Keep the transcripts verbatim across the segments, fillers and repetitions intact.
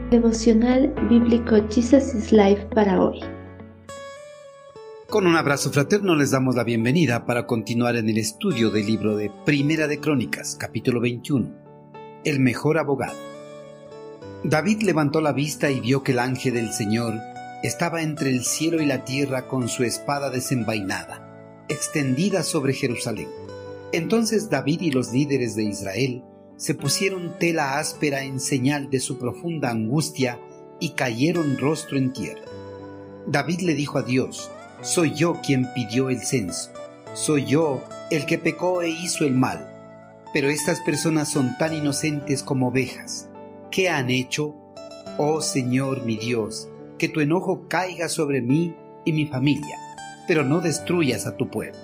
Devocional Bíblico Jesus is Life para hoy. Con un abrazo fraterno les damos la bienvenida para continuar en el estudio del libro de Primera de Crónicas, capítulo veintiuno, El mejor abogado. David levantó la vista y vio que el ángel del Señor estaba entre el cielo y la tierra con su espada desenvainada, extendida sobre Jerusalén. Entonces David y los líderes de Israel se pusieron tela áspera en señal de su profunda angustia y cayeron rostro en tierra. David le dijo a Dios: soy yo quien pidió el censo, soy yo el que pecó e hizo el mal, pero estas personas son tan inocentes como ovejas. ¿Qué han hecho? Oh Señor mi Dios, que tu enojo caiga sobre mí y mi familia, pero no destruyas a tu pueblo.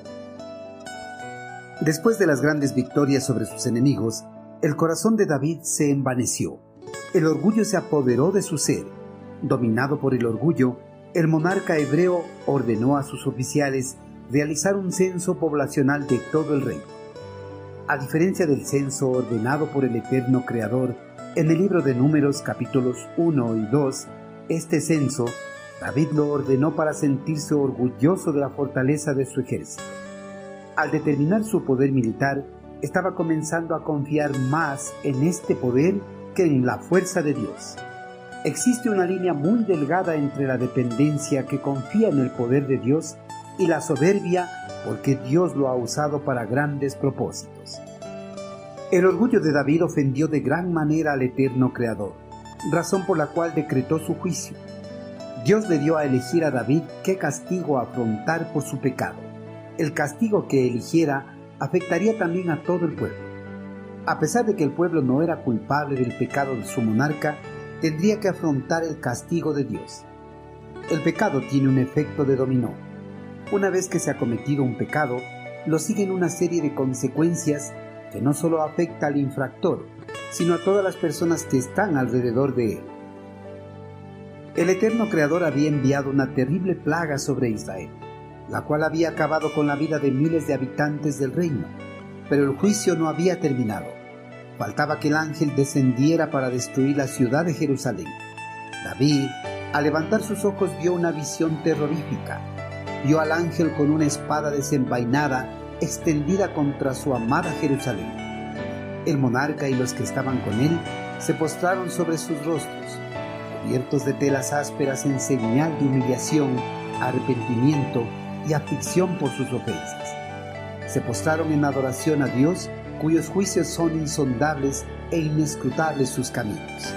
Después de las grandes victorias sobre sus enemigos, el corazón de David se envaneció. El orgullo se apoderó de su ser. Dominado por el orgullo, el monarca hebreo ordenó a sus oficiales realizar un censo poblacional de todo el reino. A diferencia del censo ordenado por el eterno Creador en el libro de Números capítulos uno y dos, este censo David lo ordenó para sentirse orgulloso de la fortaleza de su ejército. Al determinar su poder militar, estaba comenzando a confiar más en este poder que en la fuerza de Dios. Existe una línea muy delgada entre la dependencia que confía en el poder de Dios y la soberbia porque Dios lo ha usado para grandes propósitos. El orgullo de David ofendió de gran manera al eterno Creador, razón por la cual decretó su juicio. Dios le dio a elegir a David qué castigo afrontar por su pecado. El castigo que eligiera afectaría también a todo el pueblo. A pesar de que el pueblo no era culpable del pecado de su monarca, tendría que afrontar el castigo de Dios. El pecado tiene un efecto de dominó. Una vez que se ha cometido un pecado, lo siguen una serie de consecuencias que no solo afecta al infractor, sino a todas las personas que están alrededor de él. El eterno Creador había enviado una terrible plaga sobre Israel, la cual había acabado con la vida de miles de habitantes del reino, pero el juicio no había terminado. Faltaba que el ángel descendiera para destruir la ciudad de Jerusalén. David, al levantar sus ojos, vio una visión terrorífica. Vio al ángel con una espada desenvainada extendida contra su amada Jerusalén. El monarca y los que estaban con él se postraron sobre sus rostros, cubiertos de telas ásperas en señal de humillación, arrepentimiento y aflicción por sus ofensas. Se postraron en adoración a Dios, cuyos juicios son insondables e inescrutables sus caminos.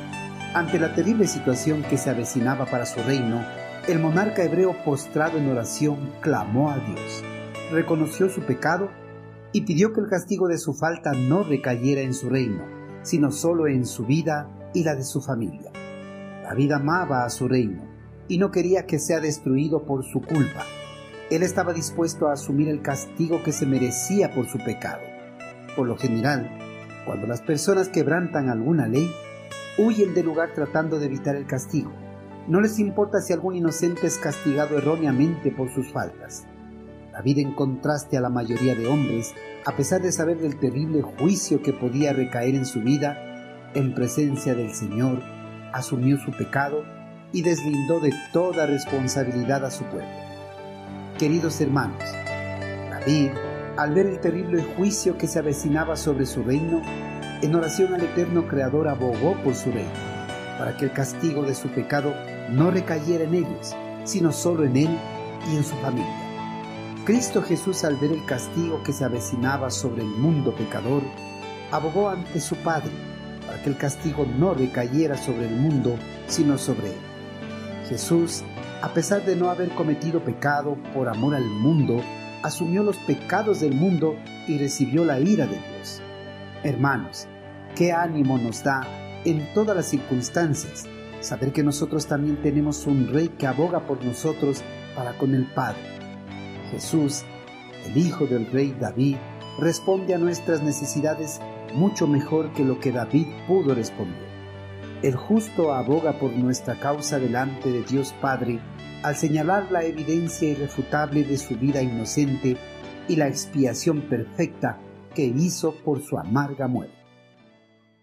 Ante la terrible situación que se avecinaba para su reino, el monarca hebreo, postrado en oración, clamó a Dios, reconoció su pecado y pidió que el castigo de su falta no recayera en su reino, sino solo en su vida y la de su familia. David amaba a su reino y no quería que sea destruido por su culpa. Él estaba dispuesto a asumir el castigo que se merecía por su pecado. Por lo general, cuando las personas quebrantan alguna ley, huyen del lugar tratando de evitar el castigo. No les importa si algún inocente es castigado erróneamente por sus faltas. David, en contraste a la mayoría de hombres, a pesar de saber del terrible juicio que podía recaer en su vida, en presencia del Señor, asumió su pecado y deslindó de toda responsabilidad a su pueblo. Queridos hermanos, David, al ver el terrible juicio que se avecinaba sobre su reino, en oración al eterno Creador abogó por su reino, para que el castigo de su pecado no recayera en ellos, sino solo en él y en su familia. Cristo Jesús, al ver el castigo que se avecinaba sobre el mundo pecador, abogó ante su Padre, para que el castigo no recayera sobre el mundo, sino sobre él. Jesús, a pesar de no haber cometido pecado, por amor al mundo, asumió los pecados del mundo y recibió la ira de Dios. Hermanos, qué ánimo nos da en todas las circunstancias saber que nosotros también tenemos un Rey que aboga por nosotros para con el Padre. Jesús, el Hijo del Rey David, responde a nuestras necesidades mucho mejor que lo que David pudo responder. El justo aboga por nuestra causa delante de Dios Padre al señalar la evidencia irrefutable de su vida inocente y la expiación perfecta que hizo por su amarga muerte.